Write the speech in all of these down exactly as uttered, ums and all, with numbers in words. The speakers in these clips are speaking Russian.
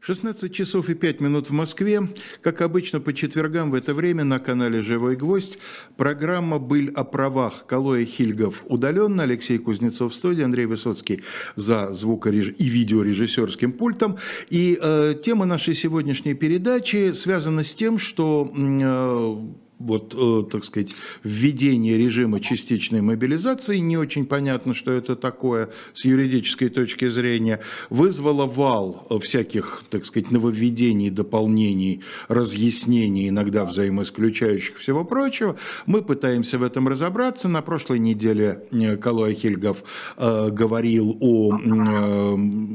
шестнадцать часов и пять минут в Москве. Как обычно, по четвергам в это время на канале «Живой гвоздь» программа «Быль о правах». Калоя Хильгов удаленно, Алексей Кузнецов в студии, Андрей Высоцкий за звукореж... и видеорежиссерским пультом. И э, тема нашей сегодняшней передачи связана с тем, что... Э, вот, э, так сказать, введение режима частичной мобилизации, не очень понятно, что это такое с юридической точки зрения, вызвало вал всяких, так сказать, нововведений, дополнений, разъяснений, иногда взаимоисключающих всего прочего. Мы пытаемся в этом разобраться. На прошлой неделе Калоя Хильгов э, говорил о э,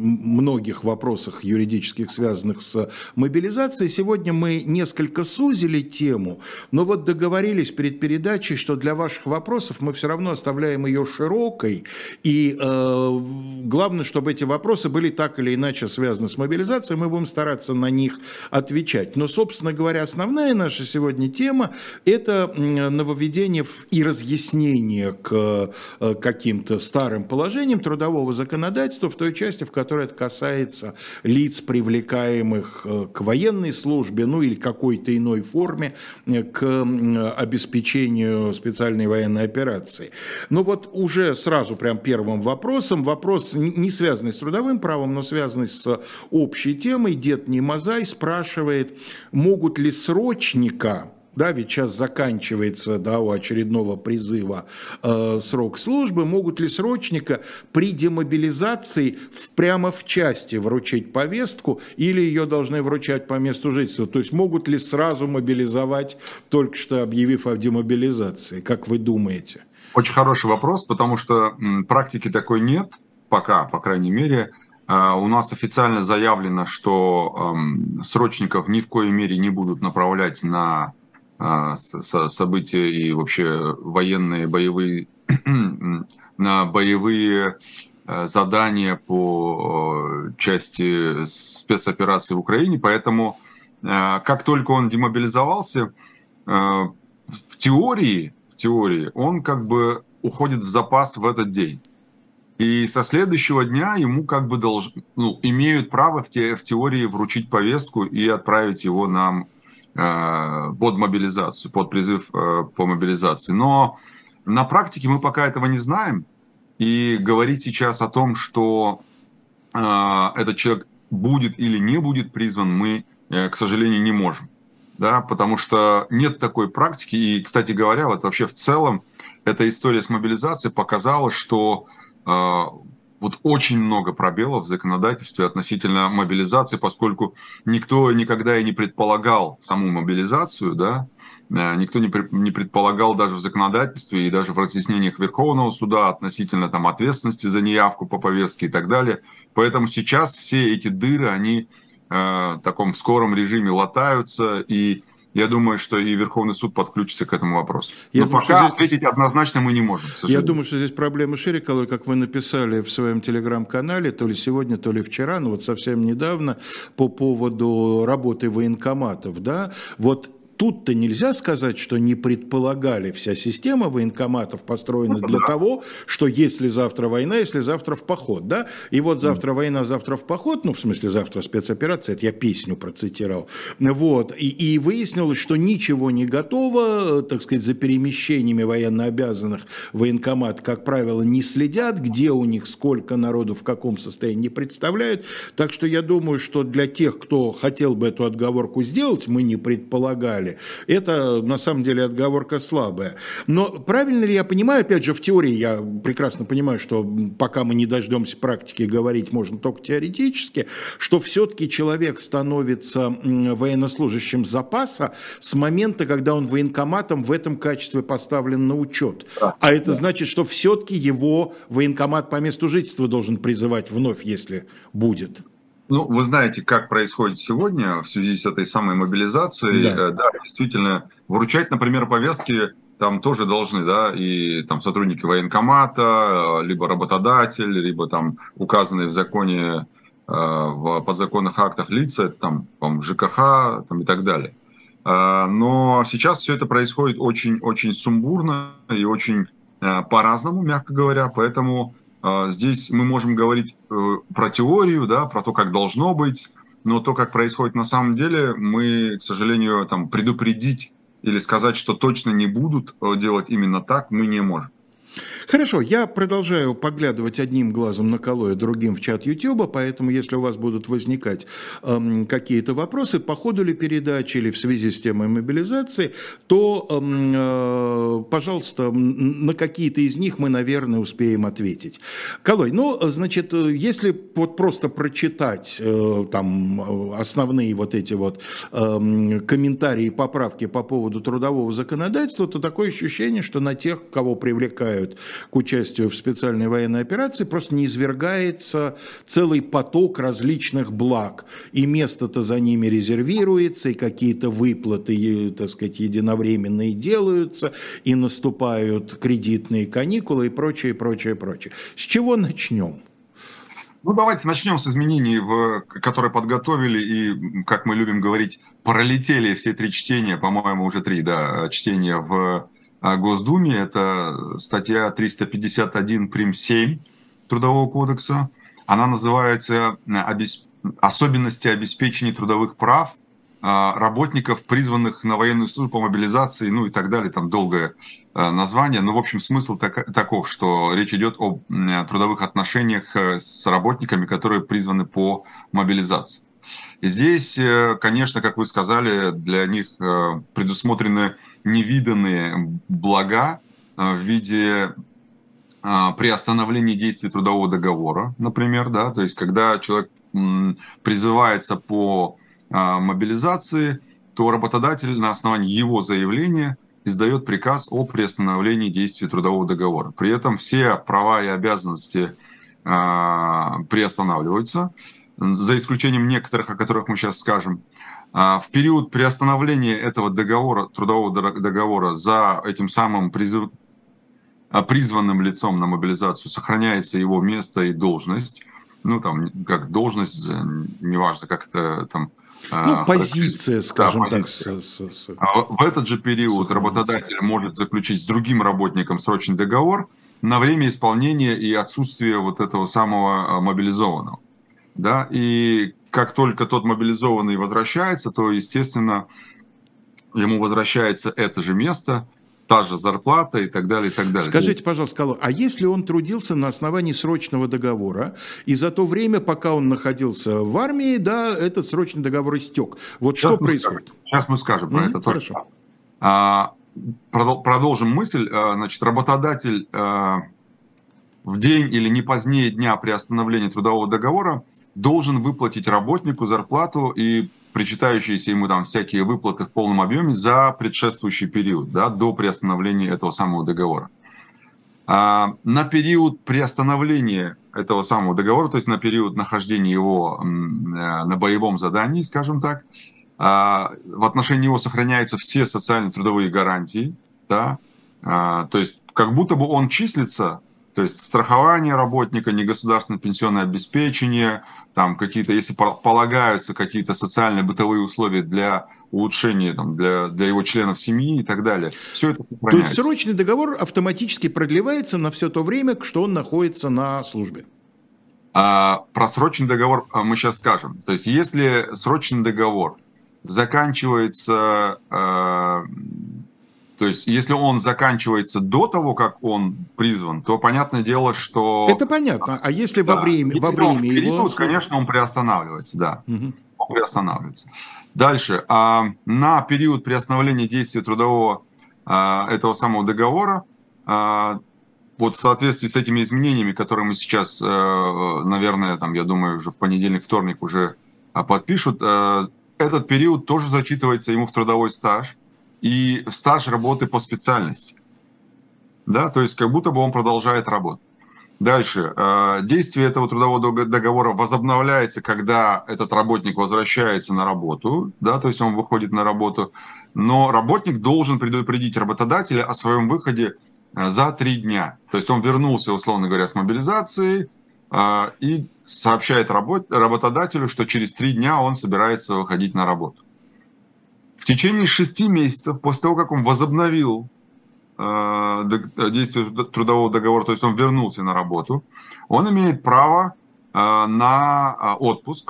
многих вопросах юридических, связанных с мобилизацией. Сегодня мы несколько сузили тему, но вот Вот договорились перед передачей, что для ваших вопросов мы все равно оставляем ее широкой, и э, главное, чтобы эти вопросы были так или иначе связаны с мобилизацией, мы будем стараться на них отвечать. Но, собственно говоря, основная наша сегодня тема – это нововведение и разъяснение к э, каким-то старым положениям трудового законодательства в той части, в которой это касается лиц, привлекаемых э, к военной службе, ну или какой-то иной форме, э, к обеспечению специальной военной операции. Но вот уже сразу прям первым вопросом, вопрос не связанный с трудовым правом, но связанный с общей темой, дед Немазай спрашивает, могут ли срочника, да, ведь сейчас заканчивается, да, у очередного призыва э, срок службы, могут ли срочника при демобилизации в, прямо в части вручить повестку или ее должны вручать по месту жительства? То есть могут ли сразу мобилизовать, только что объявив о демобилизации? Как вы думаете? Очень хороший вопрос, потому что м, практики такой нет, пока, по крайней мере. Uh, у нас официально заявлено, что um, срочников ни в коей мере не будут направлять на uh, с- события и вообще военные, боевые, на боевые uh, задания по uh, части спецопераций в Украине. Поэтому, uh, как только он демобилизовался, uh, в теории, в теории он как бы уходит в запас в этот день. И со следующего дня ему как бы долж... ну, имеют право в, те... в теории вручить повестку и отправить его на э, под мобилизацию, под призыв э, по мобилизации. Но на практике мы пока этого не знаем. И говорить сейчас о том, что э, этот человек будет или не будет призван, мы, э, к сожалению, не можем. Да? Потому что нет такой практики. И, кстати говоря, вот вообще в целом эта история с мобилизацией показала, что вот очень много пробелов в законодательстве относительно мобилизации, поскольку никто никогда и не предполагал саму мобилизацию, да, никто не предполагал даже в законодательстве и даже в разъяснениях Верховного суда относительно там ответственности за неявку по повестке и так далее. Поэтому сейчас все эти дыры, они в таком скором режиме латаются, и я думаю, что и Верховный суд подключится к этому вопросу. Я Но думаю, пока здесь... ответить однозначно мы не можем, к сожалению. Я думаю, что здесь проблема шире, Калой, как вы написали в своем телеграм-канале, то ли сегодня, то ли вчера, но вот совсем недавно, по поводу работы военкоматов, да, вот тут-то нельзя сказать, что не предполагали. Вся система военкоматов построена для да. того, что если завтра война, если завтра в поход, да, и вот завтра mm. война, завтра в поход, ну, в смысле, завтра спецоперация, это я песню процитировал, вот, и, и выяснилось, что ничего не готово, так сказать, за перемещениями военнообязанных военкомат, как правило, не следят, где у них сколько народу, в каком состоянии не представляют, так что я думаю, что для тех, кто хотел бы эту отговорку сделать, мы не предполагали. Это, на самом деле, отговорка слабая. Но правильно ли я понимаю, опять же, в теории я прекрасно понимаю, что пока мы не дождемся практики, говорить можно только теоретически, что все-таки человек становится военнослужащим запаса с момента, когда он военкоматом в этом качестве поставлен на учет. Да, а это да. значит, что все-таки его военкомат по месту жительства должен призывать вновь, если будет. Ну, вы знаете, как происходит сегодня в связи с этой самой мобилизацией. Да, да действительно, вручать, например, повестки там тоже должны, да, и там сотрудники военкомата, либо работодатель, либо там указанные в законе, в подзаконных актах лица, это там, там ЖКХ там, и так далее. Но сейчас все это происходит очень-очень сумбурно и очень по-разному, мягко говоря, поэтому... Здесь мы можем говорить про теорию, да, про то, как должно быть, но то, как происходит на самом деле, мы, к сожалению, там, предупредить или сказать, что точно не будут делать именно так, мы не можем. Хорошо, я продолжаю поглядывать одним глазом на Каллоя, другим в чат Ютуба, поэтому если у вас будут возникать эм, какие-то вопросы по ходу ли передачи или в связи с темой мобилизации, то, эм, э, пожалуйста, на какие-то из них мы, наверное, успеем ответить. Каллой, ну, значит, если вот просто прочитать э, там основные вот эти вот э, комментарии и поправки по поводу трудового законодательства, то такое ощущение, что на тех, кого привлекают к участию в специальной военной операции, просто не извергается целый поток различных благ. И место-то за ними резервируется, и какие-то выплаты, так сказать, единовременные делаются, и наступают кредитные каникулы и прочее, прочее, прочее. С чего начнем? Ну, давайте начнем с изменений, в, которые подготовили и, как мы любим говорить, пролетели все три чтения, по-моему, уже три, да, чтения в Госдуме. Это статья триста пятьдесят один прим. семь Трудового кодекса. Она называется «Особенности обеспечения трудовых прав работников, призванных на военную службу по мобилизации», ну и так далее, там долгое название. Но, в общем, смысл так, таков, что речь идет о трудовых отношениях с работниками, которые призваны по мобилизации. И здесь, конечно, как вы сказали, для них предусмотрены невиданные блага в виде приостановления действия трудового договора, например, да, то есть когда человек призывается по мобилизации, то работодатель на основании его заявления издает приказ о приостановлении действия трудового договора. При этом все права и обязанности приостанавливаются, за исключением некоторых, о которых мы сейчас скажем. В период приостановления этого договора, трудового договора за этим самым призыв, призванным лицом на мобилизацию сохраняется его место и должность. Ну, там, как должность, неважно, как это там... Ну, позиция, скажем да, так. Позиция. С, с, в этот же период работодатель может заключить с другим работником срочный договор на время исполнения и отсутствия вот этого самого мобилизованного. Да? И как только тот мобилизованный возвращается, то, естественно, ему возвращается это же место, та же зарплата и так далее, и так далее. Скажите, пожалуйста, Каллой, а если он трудился на основании срочного договора, и за то время, пока он находился в армии, да, этот срочный договор истек, вот Сейчас что происходит? Скажем. Сейчас мы скажем про mm-hmm, это. Хорошо. А, продолжим мысль. Значит, работодатель в день или не позднее дня приостановления трудового договора должен выплатить работнику зарплату и причитающиеся ему там всякие выплаты в полном объеме за предшествующий период, да, до приостановления этого самого договора. А, на период приостановления этого самого договора, то есть на период нахождения его на боевом задании, скажем так, а, в отношении него сохраняются все социально-трудовые гарантии, да, а, то есть как будто бы он числится. То есть страхование работника, негосударственное пенсионное обеспечение, там какие-то, если полагаются какие-то социальные бытовые условия для улучшения, там, для, для его членов семьи и так далее. Все это сохраняется. То есть срочный договор автоматически продлевается на все то время, что он находится на службе? А, про срочный договор мы сейчас скажем. То есть если срочный договор заканчивается... А, То есть, если он заканчивается до того, как он призван, то понятное дело, что... Это понятно. А если да, во время, во время период, его... конечно, он приостанавливается, да. Угу. Он приостанавливается. Дальше. А, на период приостановления действия трудового а, этого самого договора, а, вот в соответствии с этими изменениями, которые мы сейчас, а, наверное, там, я думаю, уже в понедельник, вторник уже а, подпишут, а, этот период тоже зачитывается ему в трудовой стаж и стаж работы по специальности. Да, то есть как будто бы он продолжает работать. Дальше. Действие этого трудового договора возобновляется, когда этот работник возвращается на работу, да, то есть он выходит на работу, но работник должен предупредить работодателя о своем выходе за три дня. То есть он вернулся, условно говоря, с мобилизации и сообщает работодателю, что через три дня он собирается выходить на работу. В течение шести месяцев после того, как он возобновил э, действие трудового договора, то есть он вернулся на работу, он имеет право э, на отпуск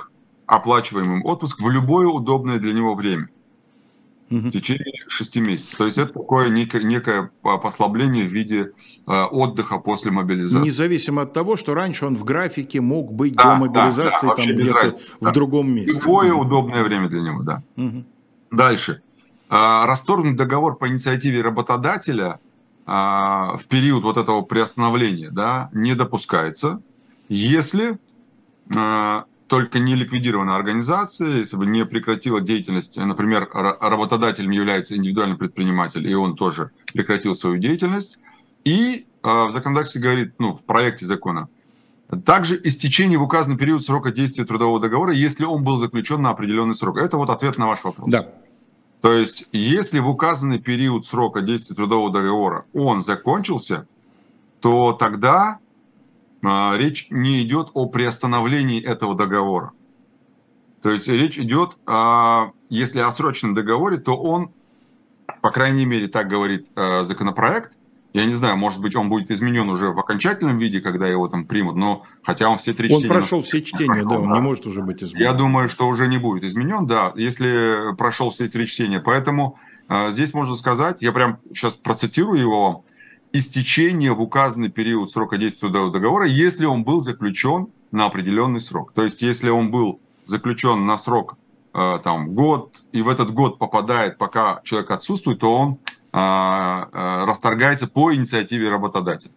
оплачиваемый отпуск в любое удобное для него время. Угу. В течение шести месяцев. То есть это такое некое, некое послабление в виде э, отдыха после мобилизации. Независимо от того, что раньше он в графике мог быть да, до мобилизации, да, да, там где-то в да. другом месте. Любое угу. удобное время для него, да. Угу. Дальше. Э, расторгнуть договор по инициативе работодателя э, в период вот этого приостановления, да, не допускается, если э, только не ликвидирована организация, если бы не прекратила деятельность, например, работодателем является индивидуальный предприниматель, и он тоже прекратил свою деятельность. И э, в законодательстве говорит, ну, в проекте закона, также истечение в указанный период срока действия трудового договора, если он был заключен на определенный срок. Это вот ответ на ваш вопрос. Да. То есть, если в указанный период срока действия трудового договора он закончился, то тогда речь не идет о приостановлении этого договора. То есть речь идет, о, если о срочном договоре, то он, по крайней мере, так говорит законопроект, я не знаю, может быть, он будет изменен уже в окончательном виде, когда его там примут, но хотя он все три он чтения... Он прошел все чтения, прошел, да, он да. не может уже быть изменен. Я думаю, что уже не будет изменен, да, если прошел все три чтения. Поэтому э, здесь можно сказать, я прям сейчас процитирую его вам, истечение в указанный период срока действия трудового договора, если он был заключен на определенный срок. То есть, если он был заключен на срок э, там, год, и в этот год попадает, пока человек отсутствует, то он э, э, расторгается по инициативе работодателя.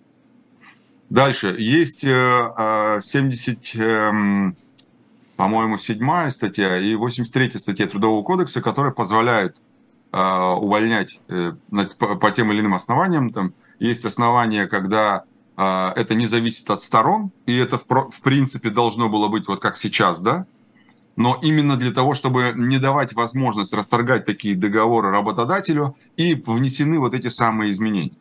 Дальше. Есть э, семьдесят, э, по-моему, седьмая статья и восемьдесят третья статья Трудового кодекса, которые позволяют увольнять по тем или иным основаниям. Там есть основания, когда это не зависит от сторон, и это в принципе должно было быть вот как сейчас, да? Но именно для того, чтобы не давать возможность расторгать такие договоры работодателю, и внесены вот эти самые изменения.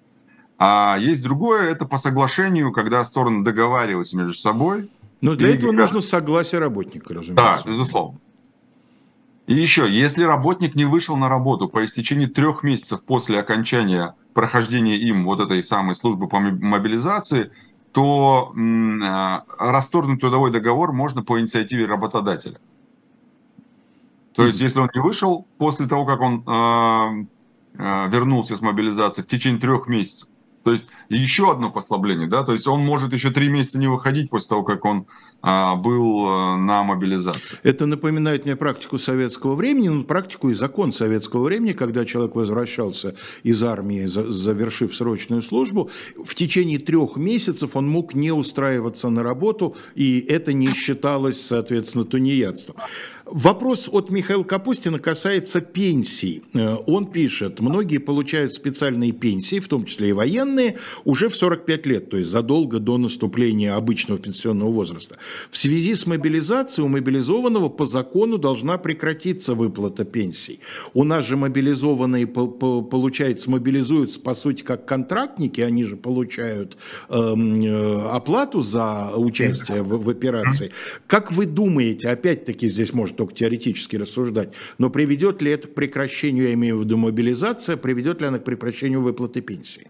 А есть другое, это по соглашению, когда стороны договариваются между собой. Но для этого нужно согласие работника, разумеется. Да, безусловно. И еще, если работник не вышел на работу по истечении трех месяцев после окончания прохождения им вот этой самой службы по мобилизации, то м, расторгнуть трудовой договор можно по инициативе работодателя. То есть, если он не вышел после того, как он э, э, вернулся с мобилизации в течение трех месяцев, то есть еще одно послабление, да, то есть он может еще три месяца не выходить после того, как он а, был а, на мобилизации. Это напоминает мне практику советского времени, ну, практику и закон советского времени, когда человек возвращался из армии, за, завершив срочную службу, в течение трех месяцев он мог не устраиваться на работу, и это не считалось, соответственно, тунеядством. Вопрос от Михаила Капустина касается пенсий. Он пишет, многие получают специальные пенсии, в том числе и военные, уже в сорок пять лет, то есть задолго до наступления обычного пенсионного возраста. В связи с мобилизацией у мобилизованного по закону должна прекратиться выплата пенсий. У нас же мобилизованные, получается, мобилизуются, по сути, как контрактники, они же получают э, оплату за участие в, в операции. Как вы думаете, опять-таки здесь может только теоретически рассуждать, но приведет ли это к прекращению, я имею в виду мобилизация, приведет ли она к прекращению выплаты пенсии?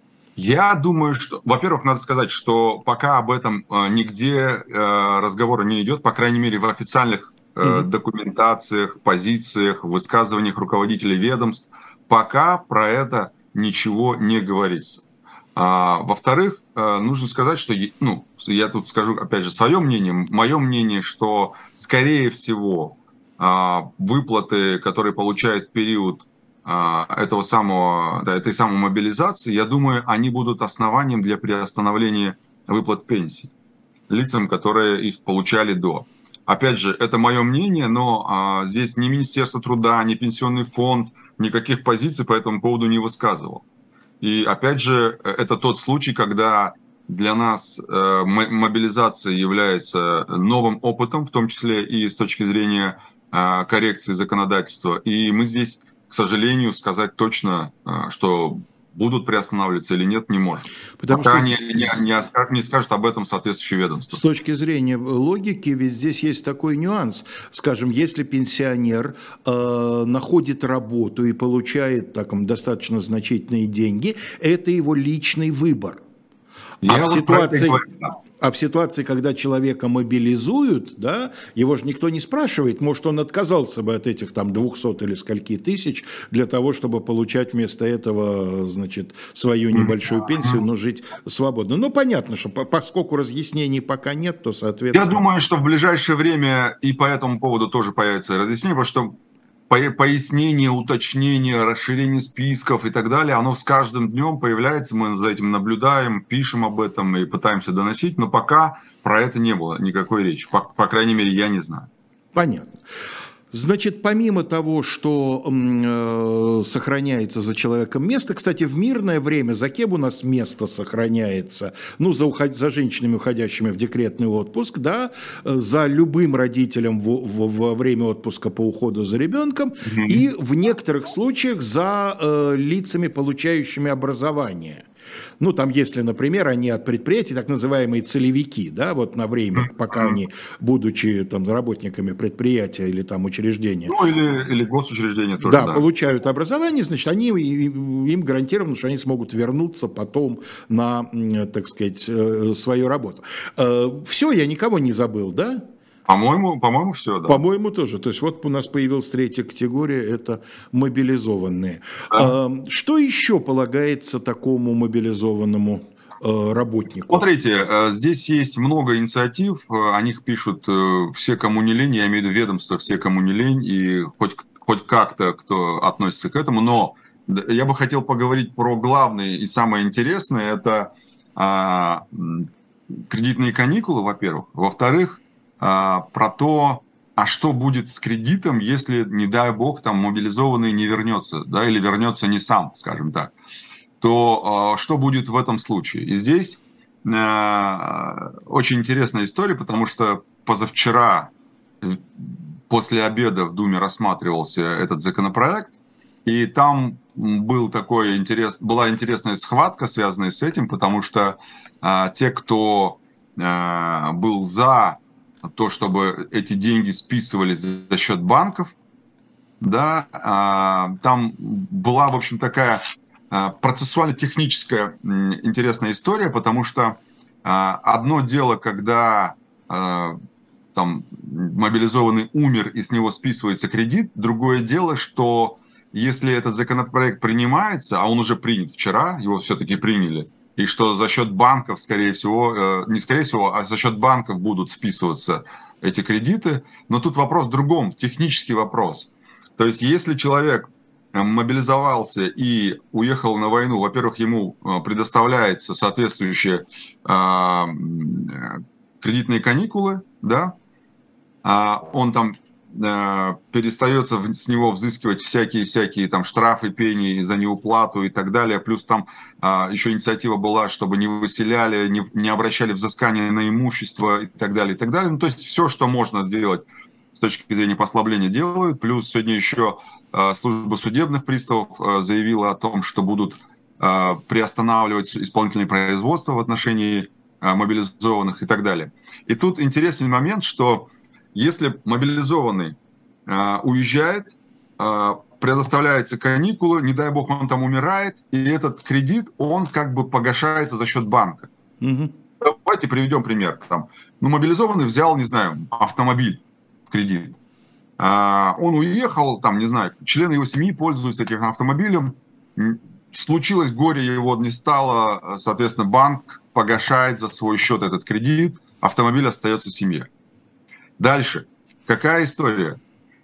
Я думаю, что, во-первых, надо сказать, что пока об этом э, нигде э, разговора не идет, по крайней мере, в официальных э, mm-hmm. документациях, позициях, высказываниях руководителей ведомств, пока про это ничего не говорится. А, во-вторых, э, нужно сказать, что, ну, я тут скажу, опять же, свое мнение. Мое мнение, что, скорее всего, э, выплаты, которые получают в период этого самого, да, этой самой мобилизации, я думаю, они будут основанием для приостановления выплат пенсий лицам, которые их получали до. Опять же, это мое мнение, но а, здесь ни Министерство труда, ни Пенсионный фонд никаких позиций по этому поводу не высказывал. И опять же, это тот случай, когда для нас э, мобилизация является новым опытом, в том числе и с точки зрения э, коррекции законодательства. И мы здесь, к сожалению, сказать точно, что будут приостанавливаться или нет, не можем. Потому Пока что не, не, не, не скажет об этом соответствующее ведомство. С точки зрения логики, ведь здесь есть такой нюанс. Скажем, если пенсионер э, находит работу и получает так, достаточно значительные деньги, это его личный выбор. А Я в ситуации... А в ситуации, когда человека мобилизуют, да, его же никто не спрашивает, может, он отказался бы от этих там двухсот или скольки тысяч для того, чтобы получать вместо этого, значит, свою небольшую пенсию, но жить свободно. Ну, понятно, что поскольку разъяснений пока нет, то, соответственно... Я думаю, что в ближайшее время и по этому поводу тоже появится разъяснение, потому что пояснение, уточнение, расширение списков и так далее, оно с каждым днем появляется, мы за этим наблюдаем, пишем об этом и пытаемся доносить, но пока про это не было никакой речи, по, по крайней мере, я не знаю. Понятно. Значит, помимо того, что э, сохраняется за человеком место, кстати, в мирное время за кем у нас место сохраняется? Ну, за, уход... за женщинами, уходящими в декретный отпуск, да, за любым родителем в, в, во время отпуска по уходу за ребенком, mm-hmm. и в некоторых случаях за э, лицами, получающими образование. Ну, там, если, например, они от предприятий, так называемые целевики, да, вот на время, пока они, будучи там работниками предприятия или там учреждения. Ну, или, или госучреждения тоже, да. Да, получают образование, значит, они, им гарантировано, что они смогут вернуться потом на, так сказать, свою работу. Все, я никого не забыл, да? По-моему, по-моему, все, да. По-моему, тоже. То есть вот у нас появилась третья категория, это мобилизованные. Да. Что еще полагается такому мобилизованному работнику? Смотрите, здесь есть много инициатив, о них пишут все, кому не лень, я имею в виду ведомства, все, кому не лень, и хоть, хоть как-то кто относится к этому, но я бы хотел поговорить про главное и самое интересное, это а, кредитные каникулы, во-первых, во-вторых, про то, а что будет с кредитом, если, не дай бог, там мобилизованный не вернется, да, или вернется не сам, скажем так, то что будет в этом случае? И здесь э, очень интересная история, потому что позавчера после обеда в Думе рассматривался этот законопроект, и там был такой интерес, была интересная схватка, связанная с этим, потому что э, те, кто э, был за то, чтобы эти деньги списывались за счет банков, да, там была, в общем, такая процессуально-техническая интересная история, потому что одно дело, когда там мобилизованный умер и с него списывается кредит, другое дело, что если этот законопроект принимается, а он уже принят вчера, его все-таки приняли, и что за счет банков, скорее всего, не скорее всего, а за счет банков будут списываться эти кредиты. Но тут вопрос в другом, технический вопрос. То есть, если человек мобилизовался и уехал на войну, во-первых, ему предоставляется соответствующие кредитные каникулы, да, он там перестается с него взыскивать всякие-всякие там штрафы, пени за неуплату и так далее. Плюс там а, еще инициатива была, чтобы не выселяли, не, не обращали взыскания на имущество и так далее, и так далее. Ну, то есть все, что можно сделать с точки зрения послабления, делают. Плюс сегодня еще а, служба судебных приставов а, заявила о том, что будут а, приостанавливать исполнительные производства в отношении а, мобилизованных и так далее. И тут интересный момент, что если мобилизованный э, уезжает, э, предоставляются каникулы, не дай бог он там умирает, и этот кредит, он как бы погашается за счет банка. Угу. Давайте приведем пример. Там, ну, мобилизованный взял, не знаю, автомобиль в кредит. Э, он уехал, там, не знаю, члены его семьи пользуются этим автомобилем, случилось горе, его не стало, соответственно, банк погашает за свой счет этот кредит, автомобиль остается семье. Дальше. Какая история?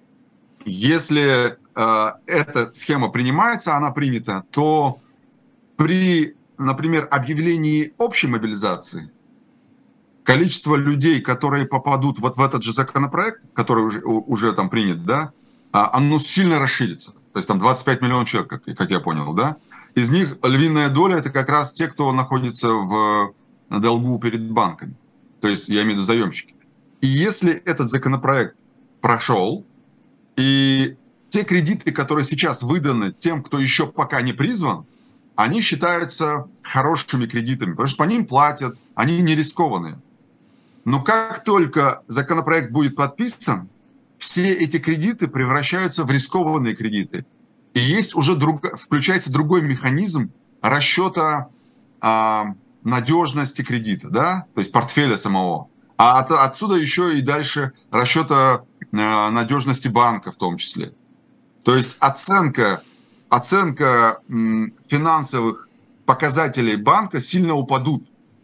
Если э, эта схема принимается, она принята, то при, например, объявлении общей мобилизации количество людей, которые попадут вот в этот же законопроект, который уже, уже там принят, да, оно сильно расширится. То есть там двадцать пять миллионов человек, как, как я понял, да. Из них львиная доля – это как раз те, кто находится в долгу перед банками. То есть я имею в виду заемщики. И если этот законопроект прошел, и те кредиты, которые сейчас выданы тем, кто еще пока не призван, они считаются хорошими кредитами, потому что по ним платят, они не рискованные. Но как только законопроект будет подписан, все эти кредиты превращаются в рискованные кредиты. И есть уже друг, включается другой механизм расчета а, надежности кредита, да, то есть портфеля самого. А от, отсюда еще и дальше расчета э, надежности банка в том числе. То есть оценка, оценка м, финансовых показателей банка сильно упадут,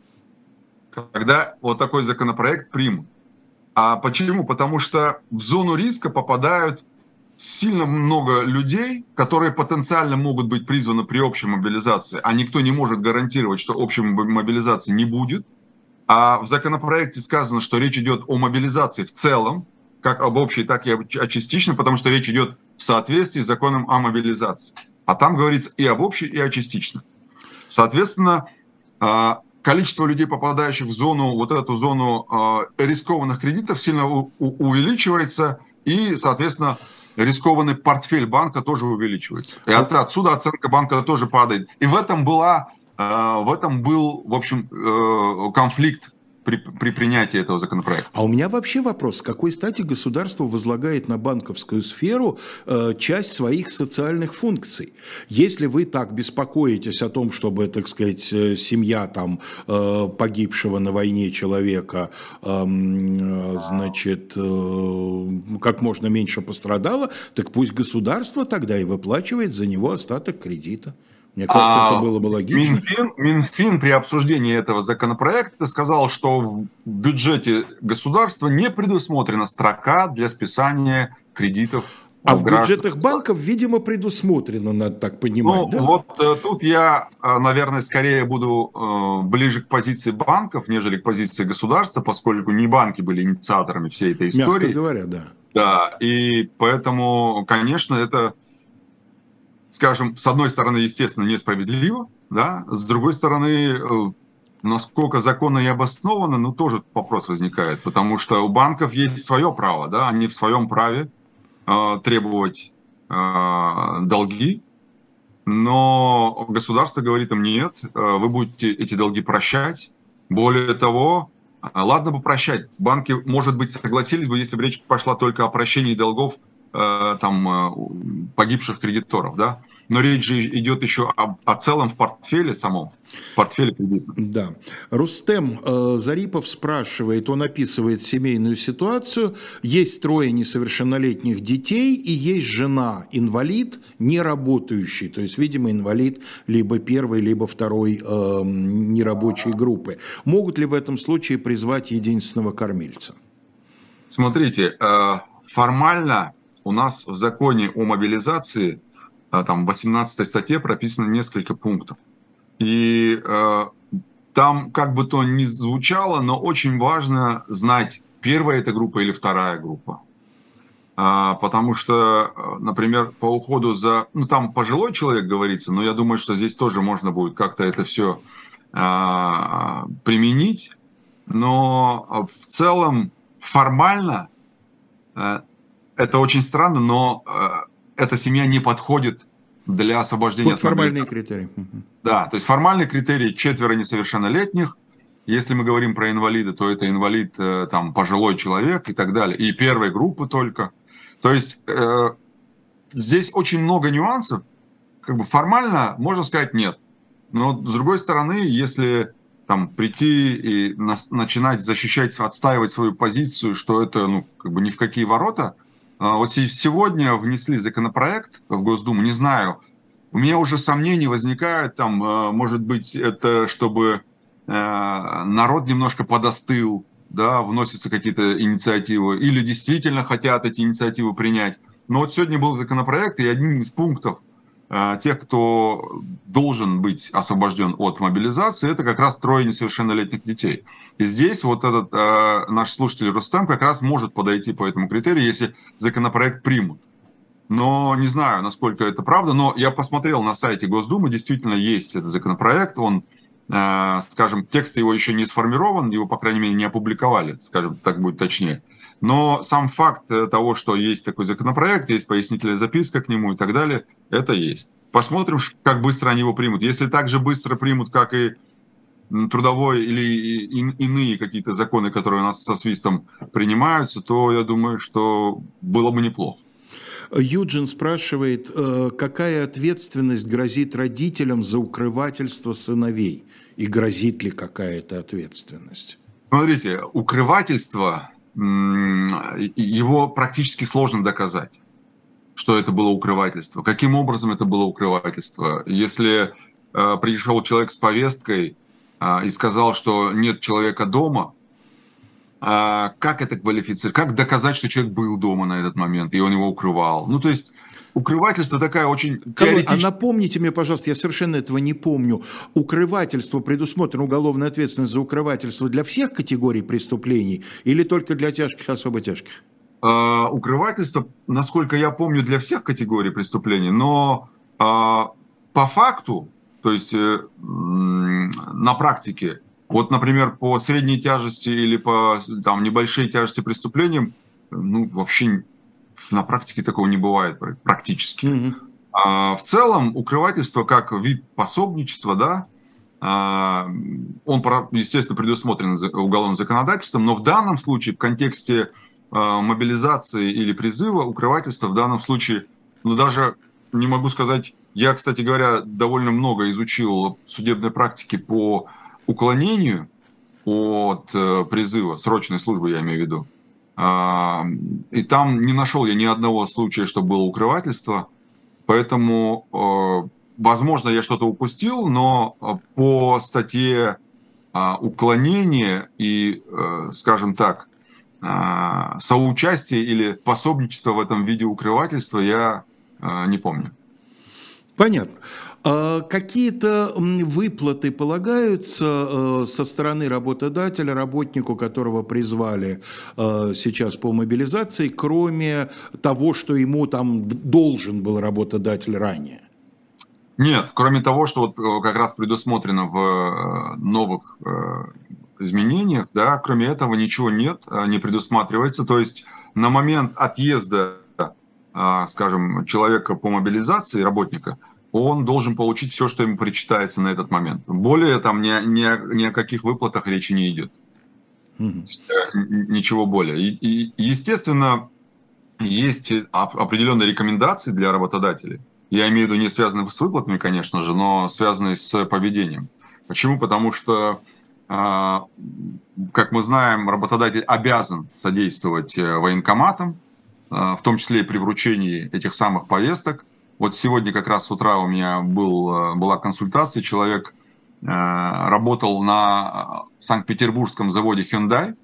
когда вот такой законопроект примут. А почему? Потому что в зону риска попадают сильно много людей, которые потенциально могут быть призваны при общей мобилизации, а никто не может гарантировать, что общей мобилизации не будет. А в законопроекте сказано, что речь идет о мобилизации в целом, как об общей, так и о частичной, потому что речь идет в соответствии с законом о мобилизации. А там говорится и об общей, и о частичной. Соответственно, количество людей, попадающих в зону, вот эту зону рискованных кредитов, сильно увеличивается, и, соответственно, рискованный портфель банка тоже увеличивается. И от, отсюда оценка банка тоже падает. И в этом была, в этом был, в общем, конфликт при, при принятии этого законопроекта. А у меня вообще вопрос, с какой стати государство возлагает на банковскую сферу э, часть своих социальных функций? Если вы так беспокоитесь о том, чтобы, так сказать, семья там э, погибшего на войне человека, э, э, значит, э, как можно меньше пострадало, так пусть государство тогда и выплачивает за него остаток кредита. Мне кажется, а это было бы логично. Минфин, Минфин при обсуждении этого законопроекта сказал, что в бюджете государства не предусмотрена строка для списания кредитов. А в бюджетах банков, видимо, предусмотрено, надо так понимать. Ну, да? Вот тут я, наверное, скорее буду ближе к позиции банков, нежели к позиции государства, поскольку не банки были инициаторами всей этой истории. Мягко говоря, да. Да, и поэтому, конечно, это... скажем, с одной стороны, естественно, несправедливо, да, с другой стороны, насколько законно и обосновано, ну, тоже вопрос возникает, потому что у банков есть свое право, да, они в своем праве э, требовать э, долги, но государство говорит им нет, э, вы будете эти долги прощать, более того, э, ладно бы прощать, банки, может быть, согласились бы, если бы речь пошла только о прощении долгов там погибших кредиторов, да, но речь же идет еще о, о целом в портфеле самом, в портфеле кредитном. Да. Рустем э, Зарипов спрашивает, он описывает семейную ситуацию, есть трое несовершеннолетних детей и есть жена, инвалид, не работающий, то есть, видимо, инвалид либо первой, либо второй э, нерабочей группы. Могут ли в этом случае призвать единственного кормильца? Смотрите, э, формально у нас в законе о мобилизации, там в восемнадцатой статье прописано несколько пунктов. И э, там, как бы то ни звучало, но очень важно знать, первая это группа или вторая группа. А, потому что, например, по уходу за... Ну, там пожилой человек говорится, но я думаю, что здесь тоже можно будет как-то это все а, применить. Но в целом формально... А, это очень странно, но э, эта семья не подходит для освобождения вот от формальные критерии. Да, то есть формальный критерий четверо несовершеннолетних. Если мы говорим про инвалида, то это инвалид, э, там, пожилой человек и так далее. И первой группы только. То есть э, здесь очень много нюансов. Как бы формально можно сказать нет. Но с другой стороны, если там прийти и на, начинать защищать, отстаивать свою позицию, что это ну, как бы ни в какие ворота. Вот сегодня внесли законопроект в Госдуму, не знаю, у меня уже сомнения возникают, там, может быть, это чтобы народ немножко подостыл, да, вносятся какие-то инициативы, или действительно хотят эти инициативы принять. Но вот сегодня был законопроект, и одним из пунктов тех, кто должен быть освобожден от мобилизации, это как раз трое несовершеннолетних детей. И здесь вот этот э, наш слушатель Рустам как раз может подойти по этому критерию, если законопроект примут. Но не знаю, насколько это правда, но я посмотрел на сайте Госдумы, действительно есть этот законопроект, он, э, скажем, текст его еще не сформирован, его, по крайней мере, не опубликовали, скажем, так будет точнее. Но сам факт того, что есть такой законопроект, есть пояснительная записка к нему и так далее, это есть. Посмотрим, как быстро они его примут. Если так же быстро примут, как и трудовой или иные какие-то законы, которые у нас со свистом принимаются, то я думаю, что было бы неплохо. Юджин спрашивает, какая ответственность грозит родителям за укрывательство сыновей? и грозит ли какая-то ответственность? Смотрите, укрывательство, его практически сложно доказать, что это было укрывательство. Каким образом это было укрывательство? Если э, пришел человек с повесткой э, и сказал, что нет человека дома, э, как это квалифицировать? Как доказать, что человек был дома на этот момент, и он его укрывал? Ну, то есть укрывательство такая очень теоретическая... А напомните мне, пожалуйста, я совершенно этого не помню. Укрывательство, предусмотрена уголовная ответственность за укрывательство для всех категорий преступлений или только для тяжких, особо тяжких? Uh, укрывательство, насколько я помню, для всех категорий преступлений, но uh, по факту, то есть uh, на практике, вот, например, по средней тяжести или по там, небольшой тяжести преступлениям, ну, вообще на практике такого не бывает практически. Mm-hmm. Uh, в целом, укрывательство как вид пособничества, да, uh, он, естественно, предусмотрен уголовным законодательством, но в данном случае в контексте мобилизации или призыва, укрывательства в данном случае, ну даже не могу сказать, я, кстати говоря, довольно много изучил судебной практики по уклонению от призыва, срочной службы я имею в виду, и там не нашел я ни одного случая, что было укрывательство, поэтому, возможно, я что-то упустил, но по статье уклонения и, скажем так, соучастие или пособничество в этом виде укрывательства я э, не помню. Понятно. А какие-то выплаты полагаются э, со стороны работодателя, работнику, которого призвали э, сейчас по мобилизации, кроме того, что ему там должен был работодатель ранее? Нет, кроме того, что вот как раз предусмотрено в новых э, изменениях, да, кроме этого ничего нет, не предусматривается. То есть на момент отъезда, скажем, человека по мобилизации, работника, он должен получить все, что ему причитается на этот момент. Более там ни, ни, ни о каких выплатах речи не идет. Mm-hmm. Ничего более. И, и, естественно, есть определенные рекомендации для работодателей. Я имею в виду не связанные с выплатами, конечно же, но связанные с поведением. Почему? Потому что как мы знаем, работодатель обязан содействовать военкоматам, в том числе и при вручении этих самых повесток. Вот сегодня как раз с утра у меня был, была консультация, человек работал на Санкт-Петербургском заводе Hyundai,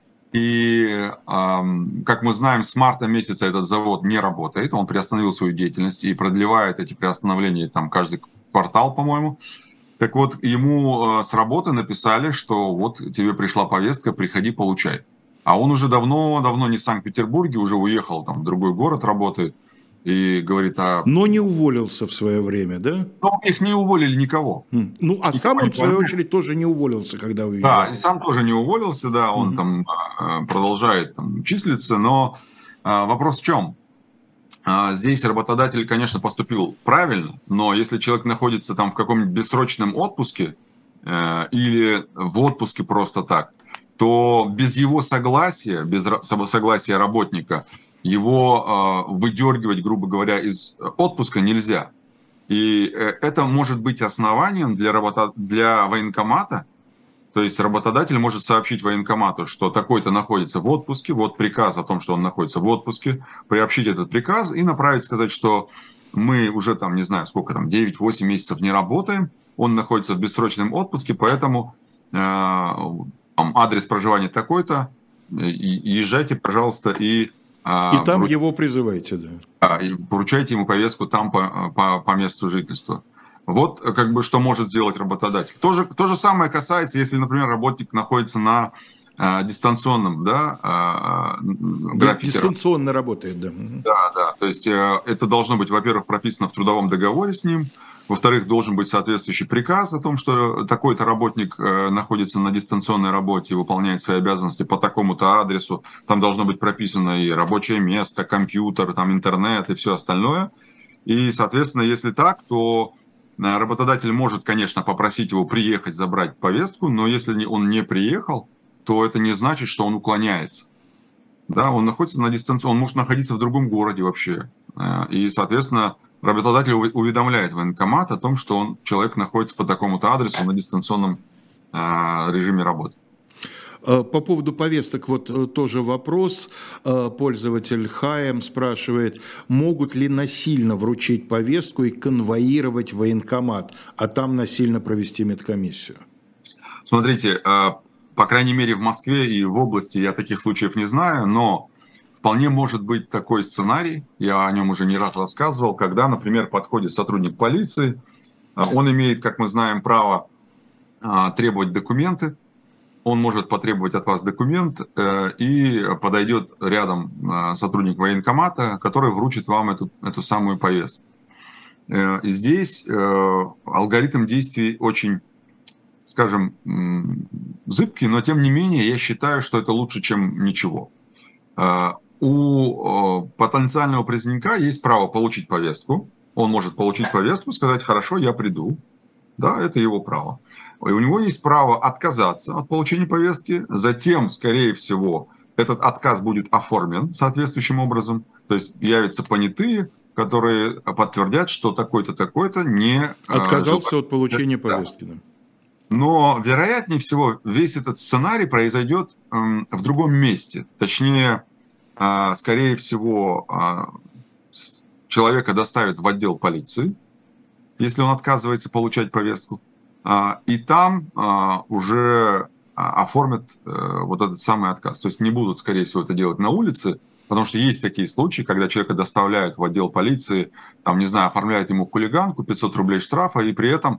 и, как мы знаем, с марта месяца этот завод не работает, он приостановил свою деятельность и продлевает эти приостановления там каждый квартал, по-моему. Так вот, ему с работы написали, что вот тебе пришла повестка, приходи, получай. А он уже давно-давно не в Санкт-Петербурге, уже уехал там в другой город, работает, и говорит, а... Но не уволился в свое время, да? Ну, их не уволили никого. Mm. Ну, а никого сам он, в свою очередь, тоже не уволился, когда уезжал. Да, и сам тоже не уволился, да, он mm-hmm. там продолжает там, числиться, но а, вопрос в чем? Здесь работодатель, конечно, поступил правильно, но если человек находится там в каком-нибудь бессрочном отпуске э, или в отпуске просто так, то без его согласия, без согласия работника, его э, выдергивать, грубо говоря, из отпуска нельзя. И э, это может быть основанием для, работа... для военкомата. То есть работодатель может сообщить военкомату, что такой-то находится в отпуске, вот приказ о том, что он находится в отпуске, приобщить этот приказ и направить, сказать, что мы уже там, не знаю, сколько там, девять-восемь месяцев не работаем, он находится в бессрочном отпуске, поэтому э, адрес проживания такой-то, и, и езжайте, пожалуйста, и... Э, и там вруч... его призывайте, да. Да, и вручайте ему повестку там по, по, по месту жительства. Вот как бы что может сделать работодатель. То же, то же самое касается, если, например, работник находится на э, дистанционном, да, э, графике. Дистанционно работает, да. Да, да. То есть э, это должно быть, во-первых, прописано в трудовом договоре с ним, во-вторых, должен быть соответствующий приказ о том, что такой-то работник э, находится на дистанционной работе и выполняет свои обязанности по такому-то адресу. Там должно быть прописано и рабочее место, компьютер, там интернет и все остальное. И, соответственно, если так, то работодатель может, конечно, попросить его приехать забрать повестку, но если он не приехал, то это не значит, что он уклоняется. Да, он находится на дистанции, он может находиться в другом городе вообще. И, соответственно, работодатель уведомляет военкомат о том, что он, человек находится по такому-то адресу на дистанционном э, режиме работы. По поводу повесток вот тоже вопрос. Пользователь Хаем спрашивает, могут ли насильно вручить повестку и конвоировать военкомат, а там насильно провести медкомиссию? Смотрите, по крайней мере в Москве и в области я таких случаев не знаю, но вполне может быть такой сценарий, я о нем уже не раз рассказывал, когда, например, подходит сотрудник полиции, он имеет, как мы знаем, право требовать документы, он может потребовать от вас документ, э, и подойдет рядом э, сотрудник военкомата, который вручит вам эту, эту самую повестку. Э, и здесь э, алгоритм действий очень, скажем, зыбкий, но тем не менее я считаю, что это лучше, чем ничего. Э, у э, потенциального призывника есть право получить повестку. Он может получить повестку, сказать, хорошо, я приду. Да, это его право. И у него есть право отказаться от получения повестки, затем, скорее всего, этот отказ будет оформлен соответствующим образом, то есть явятся понятые, которые подтвердят, что такой-то, такой-то не... Отказался жел... от получения повестки. Да. Но, вероятнее всего, весь этот сценарий произойдет в другом месте. Точнее, скорее всего, человека доставят в отдел полиции, если он отказывается получать повестку. И там уже оформят вот этот самый отказ. То есть не будут, скорее всего, это делать на улице, потому что есть такие случаи, когда человека доставляют в отдел полиции, там, не знаю, оформляют ему хулиганку, пятьсот рублей штрафа, и при этом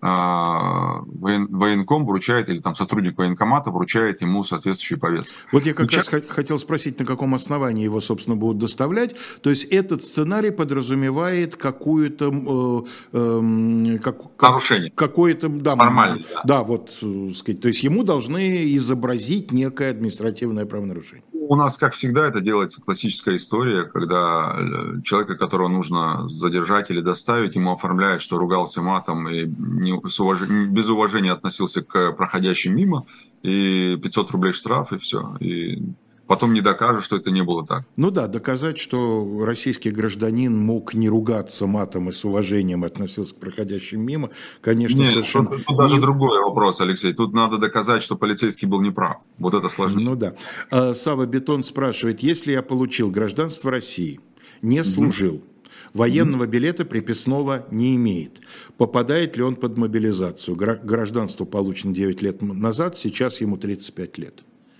военком вручает, или там сотрудник военкомата вручает ему соответствующую повестку. Вот я как Сейчас... раз хотел спросить, на каком основании его, собственно, будут доставлять. То есть этот сценарий подразумевает какую-то... Э, э, как, нарушение. Какое-то... Да, Нормально. Да, да вот, сказать, то есть ему должны изобразить некое административное правонарушение. У нас, как всегда, это делается классическая история, когда человека, которого нужно задержать или доставить, ему оформляют, что ругался матом и не, с уваж... без уважения относился к проходящим мимо, и пятьсот рублей штраф, и все. И потом не докажешь, что это не было так. Ну да, доказать, что российский гражданин мог не ругаться матом и с уважением относился к проходящим мимо, конечно, Нет, совершенно... Тут, тут даже другой вопрос, Алексей. Тут надо доказать, что полицейский был неправ. Вот это сложнее. Ну да. Сава Бетон спрашивает, если я получил гражданство России, не служил, mm-hmm. военного билета приписного не имеет, попадает ли он под мобилизацию? Гражданство получено девять лет назад, сейчас ему тридцать пять лет.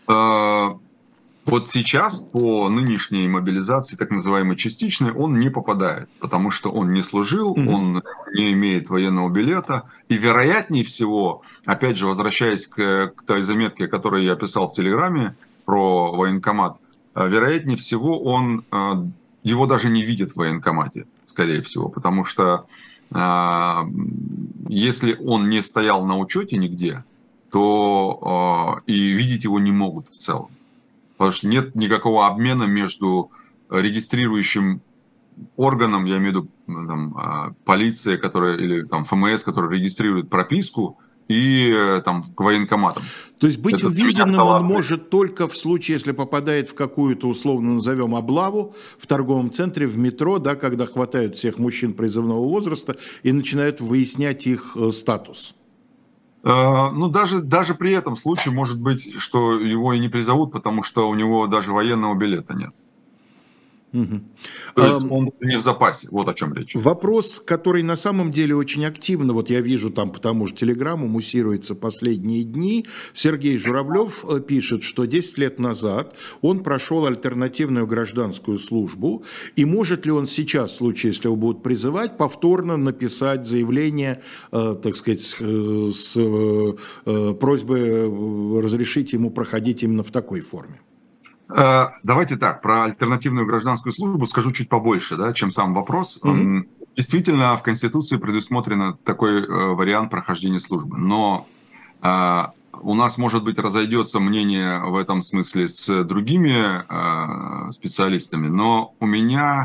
Вот сейчас по нынешней мобилизации, так называемой частичной, он не попадает, потому что он не служил, mm-hmm. он не имеет военного билета. И вероятнее всего, опять же, возвращаясь к, к той заметке, которую я писал в Телеграме про военкомат, вероятнее всего, он, его даже не видят в военкомате, скорее всего, потому что если он не стоял на учете нигде, то и видеть его не могут в целом. Потому что нет никакого обмена между регистрирующим органом, я имею в виду там, полиция, которая, или там, эф эм эс, который регистрирует прописку, и там, к военкоматам. То есть быть Это увиденным он может только в случае, если попадает в какую-то, условно назовем, облаву в торговом центре, в метро, да, когда хватают всех мужчин призывного возраста и начинают выяснять их статус. Ну, даже, даже при этом случае может быть, что его и не призовут, потому что у него даже военного билета нет. Угу. То есть он не в запасе, вот о чем речь. Вопрос, который на самом деле очень активно, вот я вижу там по тому же телеграмму, муссируется последние дни. Сергей Журавлев пишет, что десять лет назад он прошел альтернативную гражданскую службу, и может ли он сейчас, в случае, если его будут призывать, повторно написать заявление, э, так сказать, с, с э, просьбой разрешить ему проходить именно в такой форме? Давайте так, про альтернативную гражданскую службу скажу чуть побольше, да, чем сам вопрос. Mm-hmm. Действительно, в Конституции предусмотрен такой э, вариант прохождения службы, но э, у нас, может быть, разойдется мнение в этом смысле с другими э, специалистами, но у меня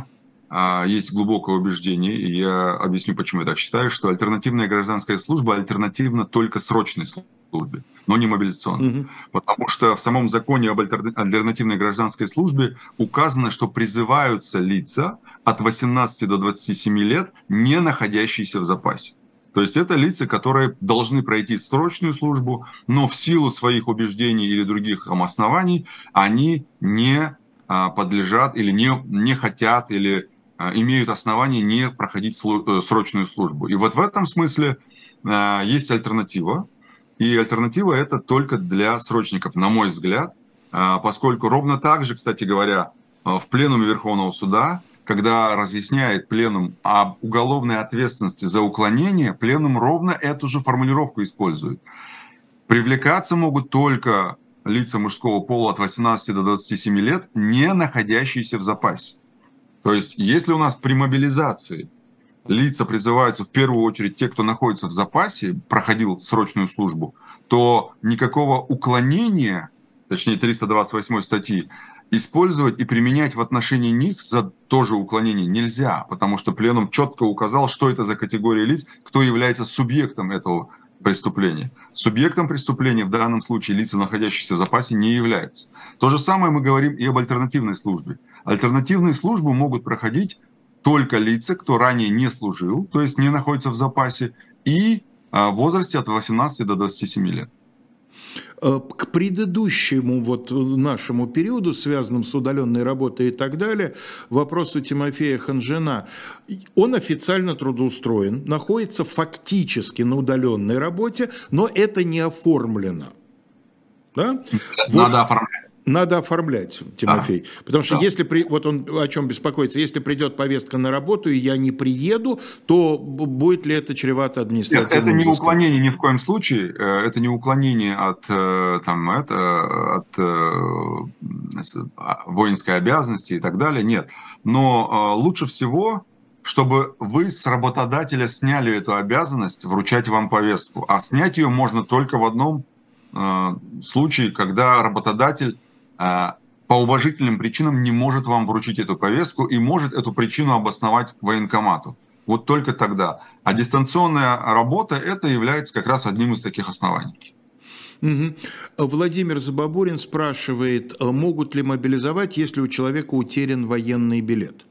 есть глубокое убеждение, и я объясню, почему я так считаю, что альтернативная гражданская служба альтернативна только срочной службе, но не мобилизационной. Mm-hmm. Потому что в самом законе об альтернативной гражданской службе указано, что призываются лица от восемнадцати до двадцати семи лет, не находящиеся в запасе. То есть это лица, которые должны пройти срочную службу, но в силу своих убеждений или других там, оснований они не а, подлежат или не, не хотят, или а, имеют основания не проходить слу- срочную службу. И вот в этом смысле а, есть альтернатива. И альтернатива это только для срочников, на мой взгляд, а, поскольку ровно так же, кстати говоря, в пленуме Верховного суда, когда разъясняет пленум об уголовной ответственности за уклонение, пленум ровно эту же формулировку использует. Привлекаться могут только лица мужского пола от восемнадцати до двадцати семи лет, не находящиеся в запасе. То есть, если у нас при мобилизации лица призываются в первую очередь те, кто находится в запасе, проходил срочную службу, то никакого уклонения, точнее триста двадцать восьмой статьи, использовать и применять в отношении них за то же уклонение нельзя, потому что пленум четко указал, что это за категория лиц, кто является субъектом этого преступления. Субъектом преступления в данном случае лица, находящиеся в запасе, не являются. То же самое мы говорим и об альтернативной службе. Альтернативные службы могут проходить только лица, кто ранее не служил, то есть не находится в запасе, и в возрасте от восемнадцати до двадцати семи лет. К предыдущему вот нашему периоду, связанному с удаленной работой и так далее, вопросу Тимофея Ханжина. Он официально трудоустроен, находится фактически на удаленной работе, но это не оформлено. Да? Надо вот. оформлять. Надо оформлять, Тимофей. А, потому что да. если, при, вот он о чем беспокоится, если придет повестка на работу, и я не приеду, то будет ли это чревато административным? Нет, это не уклонение ни в коем случае, это не уклонение от, там, это, от воинской обязанности и так далее, нет. Но лучше всего, чтобы вы с работодателя сняли эту обязанность вручать вам повестку. А снять ее можно только в одном случае, когда работодатель по уважительным причинам не может вам вручить эту повестку и может эту причину обосновать военкомату. Вот только тогда. А дистанционная работа это является как раз одним из таких оснований. Угу. Владимир Забабурин спрашивает, могут ли мобилизовать, если у человека утерян военный билет?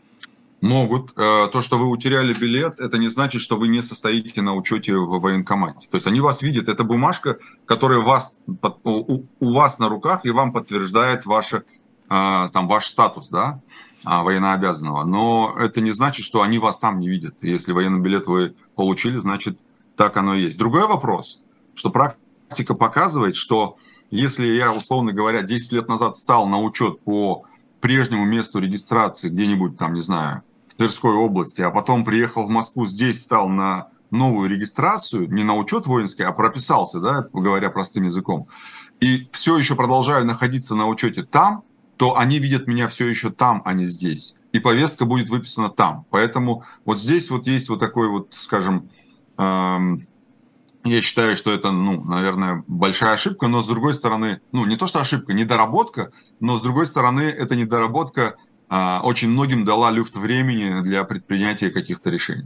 Могут. То, что вы утеряли билет, это не значит, что вы не состоите на учете в военкомате. То есть они вас видят, это бумажка, которая вас, у, у вас на руках и вам подтверждает ваше, там, ваш статус, да, военнообязанного. Но это не значит, что они вас там не видят. Если военный билет вы получили, значит так оно и есть. Другой вопрос, что практика показывает, что если я, условно говоря, десять лет назад стал на учет по прежнему месту регистрации где-нибудь там, не знаю, в Тверской области, а потом приехал в Москву, здесь стал на новую регистрацию, не на учет воинский, а прописался, да, говоря простым языком, и все еще продолжаю находиться на учете там, то они видят меня все еще там, а не здесь. И повестка будет выписана там. Поэтому вот здесь вот есть вот такой вот, скажем, эм, я считаю, что это, ну, наверное, большая ошибка, но с другой стороны, ну, не то что ошибка, недоработка, но с другой стороны, эта недоработка а, очень многим дала люфт времени для предпринятия каких-то решений.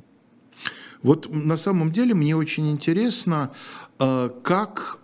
Вот на самом деле мне очень интересно, как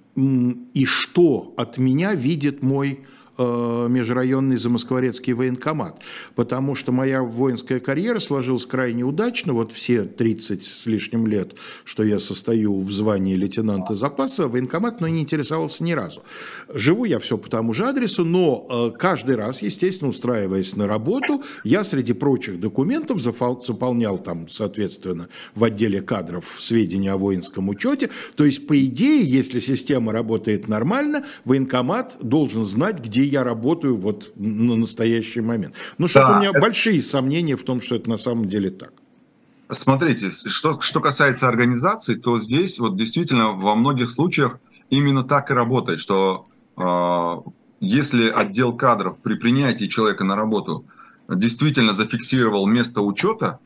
и что от меня видит мой межрайонный замоскворецкий военкомат, потому что моя воинская карьера сложилась крайне удачно, вот все тридцать с лишним лет, что я состою в звании лейтенанта запаса, военкомат, но не интересовался ни разу. Живу я все по тому же адресу, но каждый раз, естественно, устраиваясь на работу, я среди прочих документов заполнял там, соответственно, в отделе кадров сведения о воинском учете, то есть, по идее, если система работает нормально, военкомат должен знать, где я работаю вот на настоящий момент. Ну, что-то да, у меня это... большие сомнения в том, что это на самом деле так. Смотрите, что, что касается организации, то здесь вот действительно во многих случаях именно так и работает, что э, если отдел кадров при принятии человека на работу действительно зафиксировал место учета,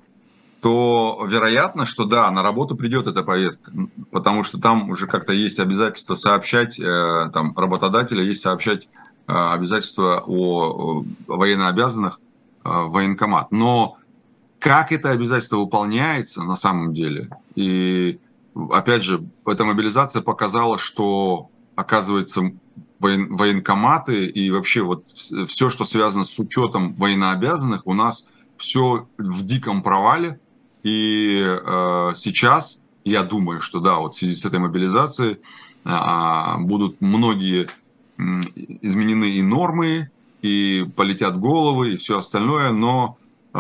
то вероятно, что да, на работу придет эта повестка, потому что там уже как-то есть обязательство сообщать, э, там работодателя есть сообщать обязательства о военнообязанных военкомат. Но как это обязательство выполняется на самом деле? И опять же, эта мобилизация показала, что, оказывается, воен, военкоматы и вообще вот все, что связано с учетом военнообязанных, у нас все в диком провале. И э, сейчас я думаю, что да, вот в связи с этой мобилизацией э, будут многие э, изменены и нормы, и полетят головы, и все остальное. Но, э,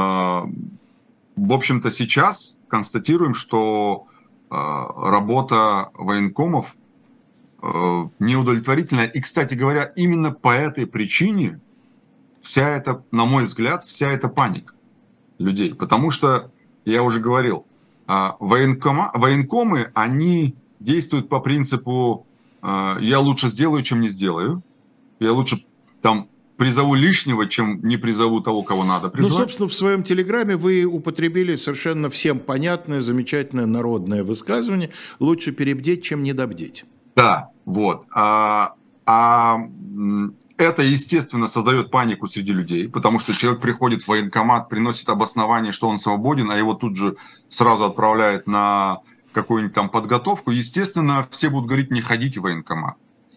в общем-то, сейчас констатируем, что э, работа военкомов э, неудовлетворительная. И, кстати говоря, именно по этой причине вся эта, на мой взгляд, вся эта паника людей. Потому что, я уже говорил, военкома, военкомы, они действуют по принципу «я лучше сделаю, чем не сделаю». Я лучше там призову лишнего, чем не призову того, кого надо призвать. Ну, собственно, в своем телеграме вы употребили совершенно всем понятное, замечательное народное высказывание «лучше перебдеть, чем недобдеть». Да, вот. А, а это, естественно, создает панику среди людей, потому что человек приходит в военкомат, приносит обоснование, что он свободен, а его тут же сразу отправляют на какую-нибудь там подготовку. Естественно, все будут говорить, не ходите в военкомат.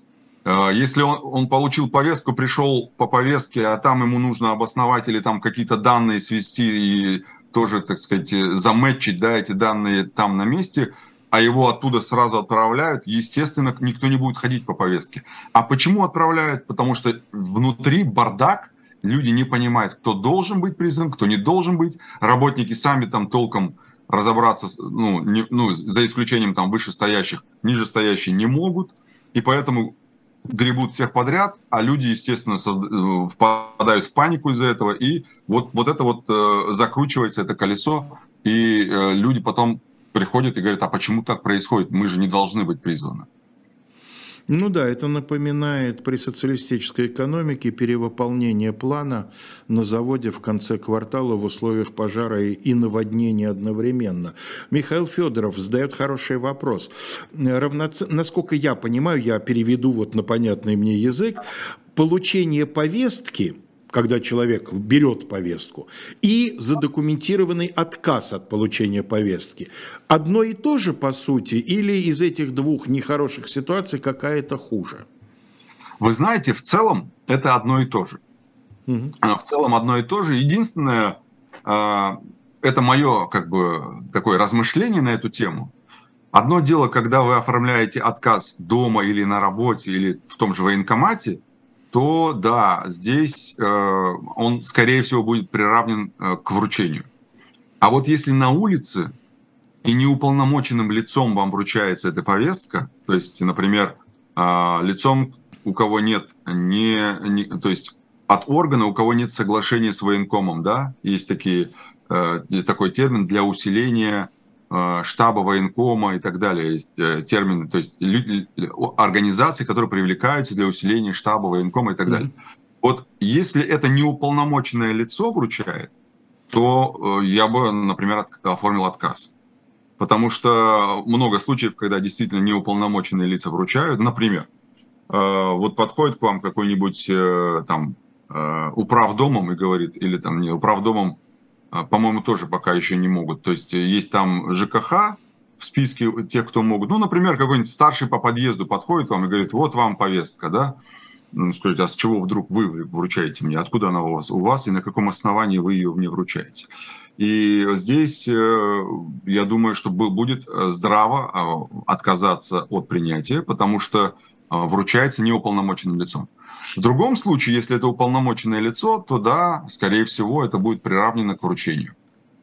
Если он, он получил повестку, пришел по повестке, а там ему нужно обосновать или там какие-то данные свести и тоже, так сказать, замэтчить, да, эти данные там на месте, а его оттуда сразу отправляют, естественно, никто не будет ходить по повестке. А почему отправляют? Потому что внутри бардак, люди не понимают, кто должен быть призван, кто не должен быть. Работники сами там толком разобраться, ну, не, ну за исключением там вышестоящих, нижестоящие не могут. И поэтому гребут всех подряд, а люди, естественно, созда- впадают в панику из-за этого. И вот, вот это вот э, закручивается, это колесо, и э, люди потом приходят и говорят, а почему так происходит? Мы же не должны быть призваны. Ну да, это напоминает при социалистической экономике перевыполнение плана на заводе в конце квартала в условиях пожара и наводнения одновременно. Михаил Федоров задает хороший вопрос. Равноц... Насколько я понимаю, я переведу вот на понятный мне язык, получение повестки, когда человек берет повестку, и задокументированный отказ от получения повестки. Одно и то же, по сути, или из этих двух нехороших ситуаций какая-то хуже? Вы знаете, в целом это одно и то же. Угу. В целом одно и то же. Единственное, это мое как бы такое размышление на эту тему. Одно дело, когда вы оформляете отказ дома или на работе, или в том же военкомате, то да, здесь э, он, скорее всего, будет приравнен э, к вручению. А вот если на улице и неуполномоченным лицом вам вручается эта повестка, то есть, например, э, лицом, у кого нет, не, не, то есть от органа, у кого нет соглашения с военкомом, да, есть такие, э, такой термин для усиления штаба военкома и так далее, есть термины, то есть организации, которые привлекаются для усиления штаба военкома и так далее. Mm-hmm. Вот если это неуполномоченное лицо вручает, то я бы, например, оформил отказ. Потому что много случаев, когда действительно неуполномоченные лица вручают, например, вот подходит к вам какой-нибудь там управдомом и говорит, или там не управдомом, по-моему, тоже пока еще не могут. То есть есть там ЖКХ в списке тех, кто могут. Ну, например, какой-нибудь старший по подъезду подходит вам и говорит, вот вам повестка, да? Ну, скажите, а с чего вдруг вы вручаете мне? Откуда она у вас? У вас и на каком основании вы ее мне вручаете? И здесь, я думаю, что будет здраво отказаться от принятия, потому что вручается неуполномоченным лицом. В другом случае, если это уполномоченное лицо, то да, скорее всего, это будет приравнено к вручению.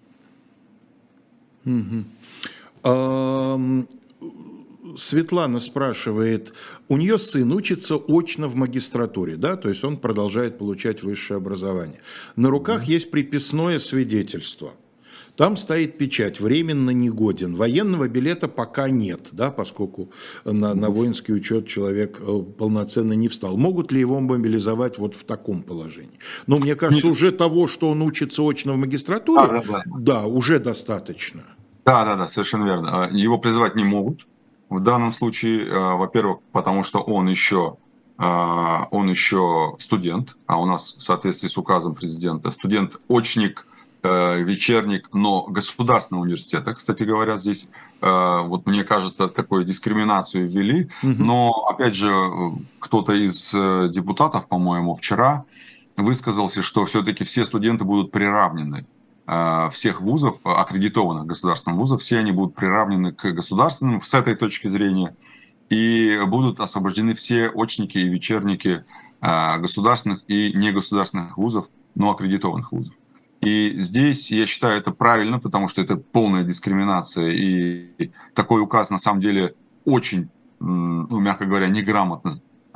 Угу. А, Светлана спрашивает, у нее сын учится очно в магистратуре, да, то есть он продолжает получать высшее образование. На руках угу. есть приписное свидетельство. Там стоит печать, временно негоден. Военного билета пока нет, да, поскольку на, на воинский учет человек полноценно не встал. Могут ли его мобилизовать вот в таком положении? Но мне кажется, нет. Уже того, что он учится очно в магистратуре, а, да, да. да, уже достаточно. Да, да, да, совершенно верно. Его призывать не могут в данном случае, во-первых, потому что он еще он еще студент, а у нас в соответствии с указом президента студент-очник, вечерник, но государственного университета. Кстати говоря, здесь, вот мне кажется, такую дискриминацию ввели, угу. Но, опять же, кто-то из депутатов, по-моему, вчера высказался, что все-таки все студенты будут приравнены, всех вузов, аккредитованных государственных вузов, все они будут приравнены к государственным с этой точки зрения, и будут освобождены все очники и вечерники государственных и негосударственных вузов, но аккредитованных вузов. И здесь, я считаю, это правильно, потому что это полная дискриминация, и такой указ, на самом деле, очень, ну, мягко говоря, неграмотно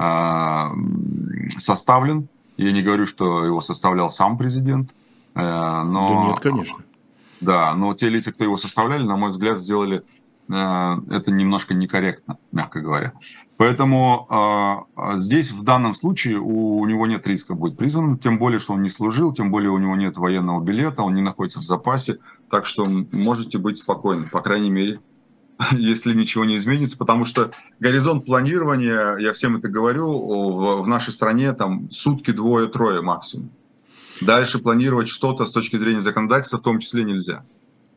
составлен. Я не говорю, что его составлял сам президент, но... Да нет, конечно. Да, но те лица, кто его составляли, на мой взгляд, сделали это немножко некорректно, мягко говоря. Поэтому э, здесь в данном случае у, у него нет риска быть призванным, тем более, что он не служил, тем более у него нет военного билета, он не находится в запасе, так что можете быть спокойны, по крайней мере, если ничего не изменится, потому что горизонт планирования, я всем это говорю, в, в нашей стране там сутки, двое-трое максимум. Дальше планировать что-то с точки зрения законодательства в том числе нельзя.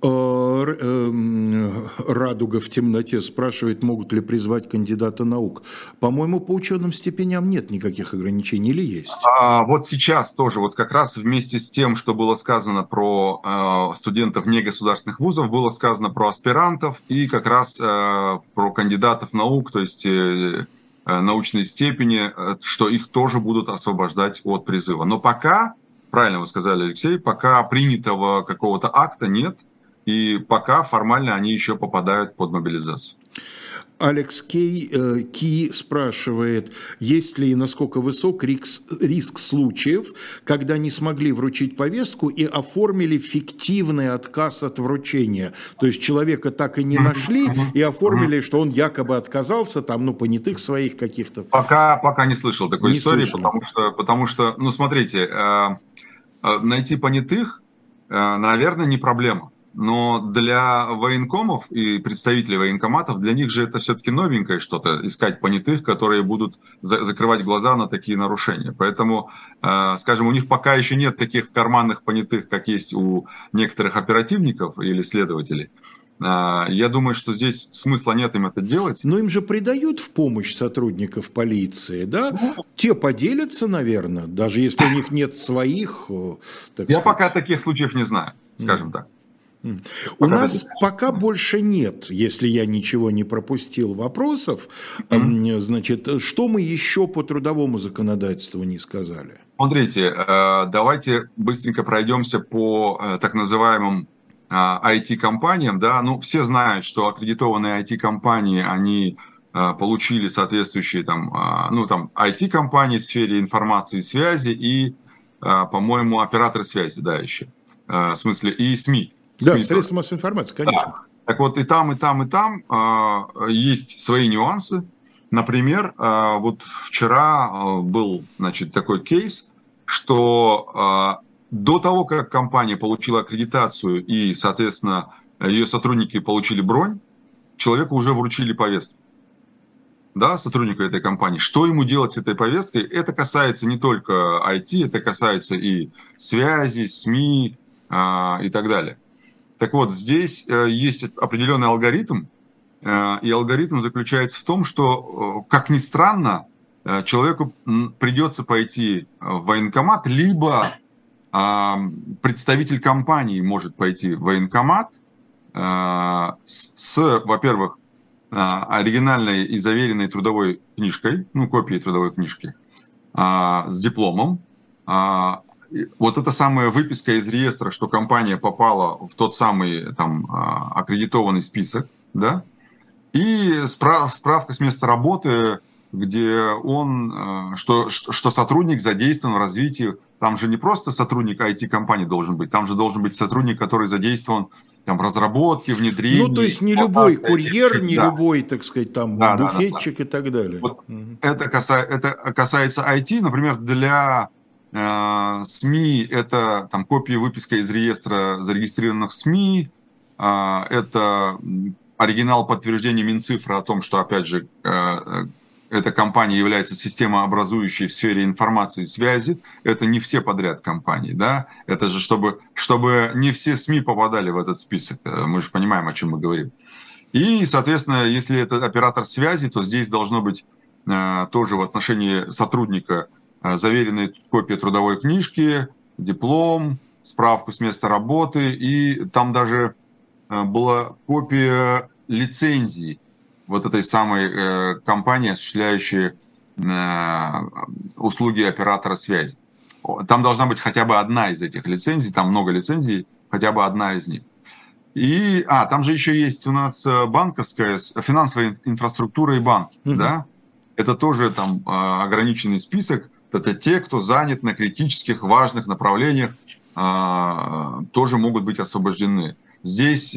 Радуга в темноте спрашивает, могут ли призвать кандидата наук. По-моему, по ученым степеням нет никаких ограничений, или есть? А, вот сейчас тоже, вот как раз вместе с тем, что было сказано про э, студентов негосударственных вузов, было сказано про аспирантов и как раз э, про кандидатов наук, то есть э, э, научной степени, э, что их тоже будут освобождать от призыва. Но пока, правильно вы сказали, Алексей, пока принятого какого-то акта нет, и пока формально они еще попадают под мобилизацию. Алекс Кей, э, Ки спрашивает, есть ли и насколько высок риск, риск случаев, когда не смогли вручить повестку и оформили фиктивный отказ от вручения. То есть человека так и не нашли и оформили, что он якобы отказался, там, ну, понятых своих каких-то. Пока, пока не слышал такой не истории, слышали. потому что, потому что, ну, смотрите, э, э, найти понятых, э, наверное, не проблема. Но для военкомов и представителей военкоматов, для них же это все-таки новенькое что-то, искать понятых, которые будут за- закрывать глаза на такие нарушения. Поэтому, э, скажем, у них пока еще нет таких карманных понятых, как есть у некоторых оперативников или следователей. Э, я думаю, что здесь смысла нет им это делать. Но им же придают в помощь сотрудников полиции, да? Ну, те поделятся, наверное, даже если у них нет своих, так Я сказать. пока таких случаев не знаю, скажем mm. так. У пока нас это... пока больше нет, если я ничего не пропустил, вопросов. Mm-hmm. Значит, что мы еще по трудовому законодательству не сказали? Смотрите, давайте быстренько пройдемся по так называемым ай ти-компаниям. Да? Ну, все знают, что аккредитованные ай ти-компании, они получили соответствующие там, ну, там, ай ти-компании в сфере информации и связи и, по-моему, операторы связи, да, еще. В смысле, и СМИ. Да, средства массовой информации, конечно. Да. Так вот, и там, и там, и там э, есть свои нюансы. Например, э, вот вчера э, был, значит, такой кейс, что э, до того, как компания получила аккредитацию и, соответственно, ее сотрудники получили бронь, человеку уже вручили повестку. Да, сотруднику этой компании. Что ему делать с этой повесткой? Это касается не только ай ти, это касается и связи, СМИ э, и так далее. Так вот, здесь э, есть определенный алгоритм, э, и алгоритм заключается в том, что, э, как ни странно, э, человеку придется пойти в военкомат, либо э, представитель компании может пойти в военкомат э, с, с, во-первых, э, оригинальной и заверенной трудовой книжкой, ну, копией трудовой книжки, э, с дипломом. Э, Вот эта самая выписка из реестра, что компания попала в тот самый там аккредитованный список, да, и справ, справка с места работы, где он, что, что сотрудник задействован в развитии, там же не просто сотрудник ай ти-компании должен быть, там же должен быть сотрудник, который задействован там в разработке, внедрении. Ну, то есть не любой курьер, этих, не да. любой, так сказать, там да, буфетчик да, да, да. и так далее. Вот угу. это, касается, это касается ай ти, например, для СМИ это там копия выписка из реестра зарегистрированных СМИ, это оригинал подтверждения Минцифры о том, что, опять же, эта компания является системообразующей в сфере информации и связи. Это не все подряд компании, да? Это же чтобы, чтобы не все СМИ попадали в этот список. Мы же понимаем, о чем мы говорим. И, соответственно, если это оператор связи, то здесь должно быть э, тоже в отношении сотрудника э, заверенная копия трудовой книжки, диплом, справку с места работы. И там даже э, была копия лицензии вот этой самой э, компании, осуществляющей э, услуги оператора связи. Там должна быть хотя бы одна из этих лицензий, там много лицензий, хотя бы одна из них. И, а, там же еще есть у нас банковская, финансовая инфраструктура и банки, mm-hmm. да? Это тоже там ограниченный список, это те, кто занят на критических важных направлениях, тоже могут быть освобождены. Здесь...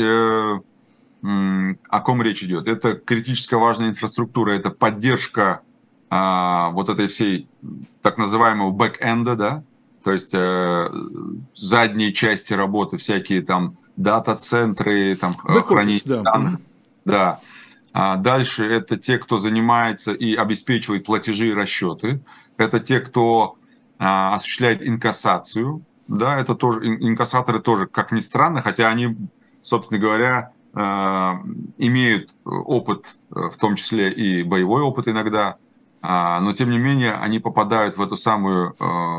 О ком речь идет? Это критически важная инфраструктура, это поддержка а, вот этой всей так называемого бэк-энда, да, то есть э, задней части работы, всякие там дата-центры, там хранить да. данных. Да. А дальше это те, кто занимается и обеспечивает платежи и расчеты, это те, кто а, осуществляет инкассацию, да, это тоже инкассаторы тоже, как ни странно, хотя они, собственно говоря, имеют опыт, в том числе и боевой опыт иногда, но тем не менее они попадают в эту самую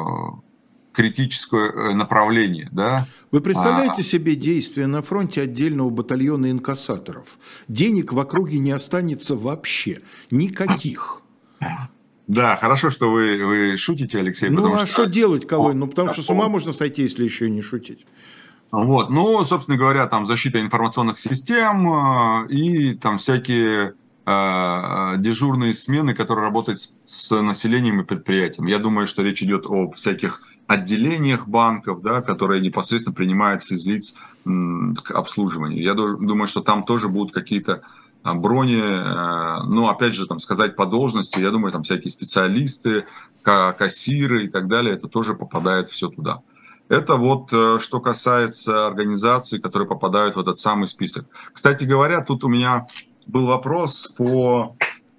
критическое направление. Да? Вы представляете себе действия на фронте отдельного батальона инкассаторов? Денег в округе не останется вообще, никаких. Да, хорошо, что вы, вы шутите, Алексей. Ну а что, что делать, Колой? Ну потому что с ума можно сойти, если еще и не шутить. Вот, ну, собственно говоря, там защита информационных систем э, и там всякие э, дежурные смены, которые работают с, с населением и предприятием. Я думаю, что речь идет о всяких отделениях банков, да, которые непосредственно принимают физлиц м, к обслуживанию. Я думаю, что там тоже будут какие-то брони, э, ну, опять же, там сказать по должности, я думаю, там всякие специалисты, кассиры и так далее, это тоже попадает все туда. Это вот что касается организаций, которые попадают в этот самый список. Кстати говоря, тут у меня был вопрос по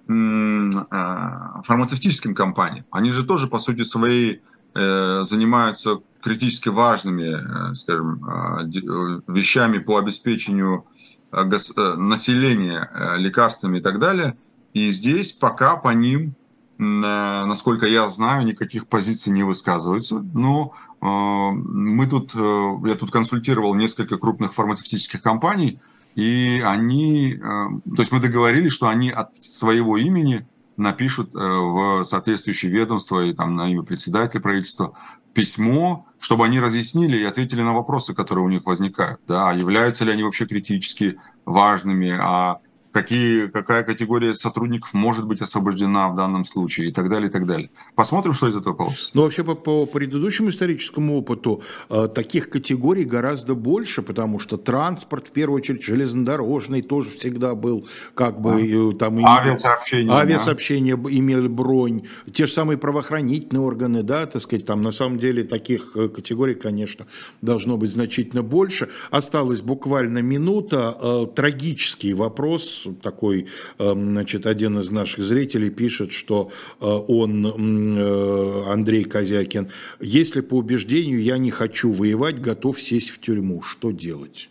фармацевтическим компаниям. Они же тоже, по сути своей, занимаются критически важными, скажем, вещами по обеспечению населения лекарствами и так далее. И здесь пока по ним, насколько я знаю, никаких позиций не высказываются. Но мы тут, я тут консультировал несколько крупных фармацевтических компаний, и они, то есть мы договорились, что они от своего имени напишут в соответствующее ведомство и там на имя председателя правительства письмо, чтобы они разъяснили и ответили на вопросы, которые у них возникают. Да, являются ли они вообще критически важными, а какие, какая категория сотрудников может быть освобождена в данном случае и так далее, и так далее. Посмотрим, что из этого получится. Ну, вообще, по, по предыдущему историческому опыту э, таких категорий гораздо больше, потому что транспорт, в первую очередь, железнодорожный тоже всегда был как бы... Э, там, авиасообщения. Авиасообщения да. имели бронь. Те же самые правоохранительные органы, да, так сказать, там на самом деле таких категорий, конечно, должно быть значительно больше. Осталась буквально минута. Э, трагический вопрос. Такой, значит, один из наших зрителей пишет, что он, Андрей Козякин, если по убеждению я не хочу воевать, готов сесть в тюрьму, что делать?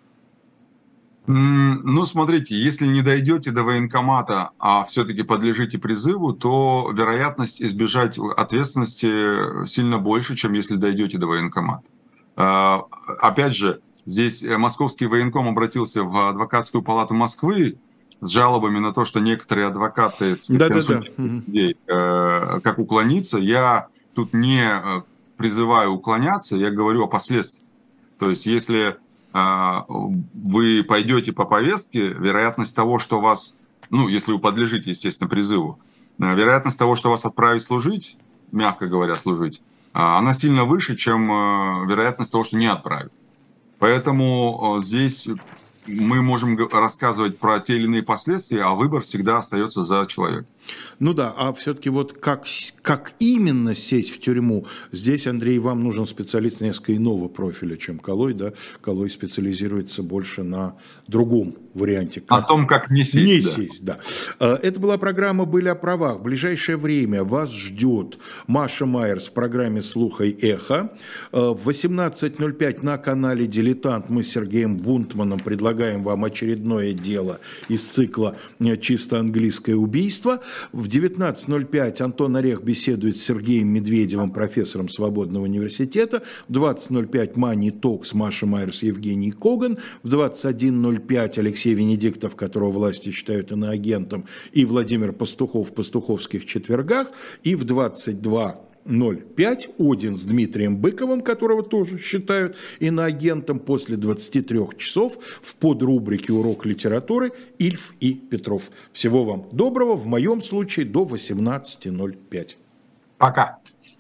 Ну, смотрите, если не дойдете до военкомата, а все-таки подлежите призыву, то вероятность избежать ответственности сильно больше, чем если дойдете до военкомата. Опять же, здесь московский военком обратился в адвокатскую палату Москвы с жалобами на то, что некоторые адвокаты консультируют людей, как уклониться. Я тут не призываю уклоняться, я говорю о последствиях. То есть, если вы пойдете по повестке, вероятность того, что вас, ну, если вы подлежите, естественно, призыву, вероятность того, что вас отправят служить, мягко говоря, служить, она сильно выше, чем вероятность того, что не отправят. Поэтому здесь мы можем рассказывать про те или иные последствия, а выбор всегда остается за человеком. Ну да, а все-таки вот как, как именно сесть в тюрьму, здесь, Андрей, вам нужен специалист несколько иного профиля, чем Калой, да? Калой специализируется больше на другом варианте. Как... О том, как не сесть. Не да. сесть, да. Это была программа «Были о правах». В ближайшее время вас ждет Маша Майерс в программе «Слуха и эхо». В восемнадцать ноль пять на канале «Дилетант» мы с Сергеем Бунтманом предлагаем вам очередное дело из цикла «Чисто английское убийство». В девятнадцать ноль пять Антон Орех беседует с Сергеем Медведевым, профессором Свободного университета. В двадцать ноль пять Money Talk с Машей Майерс и Евгений Коган. В двадцать один ноль пять Алексей Венедиктов, которого власти считают иноагентом, и Владимир Пастухов в «Пастуховских четвергах». И в двадцать два ноль пять Один с Дмитрием Быковым, которого тоже считают иноагентом, после двадцати трёх часов в подрубрике «Урок литературы» Ильф и Петров. Всего вам доброго, в моем случае до восемнадцати ноль пять. Пока.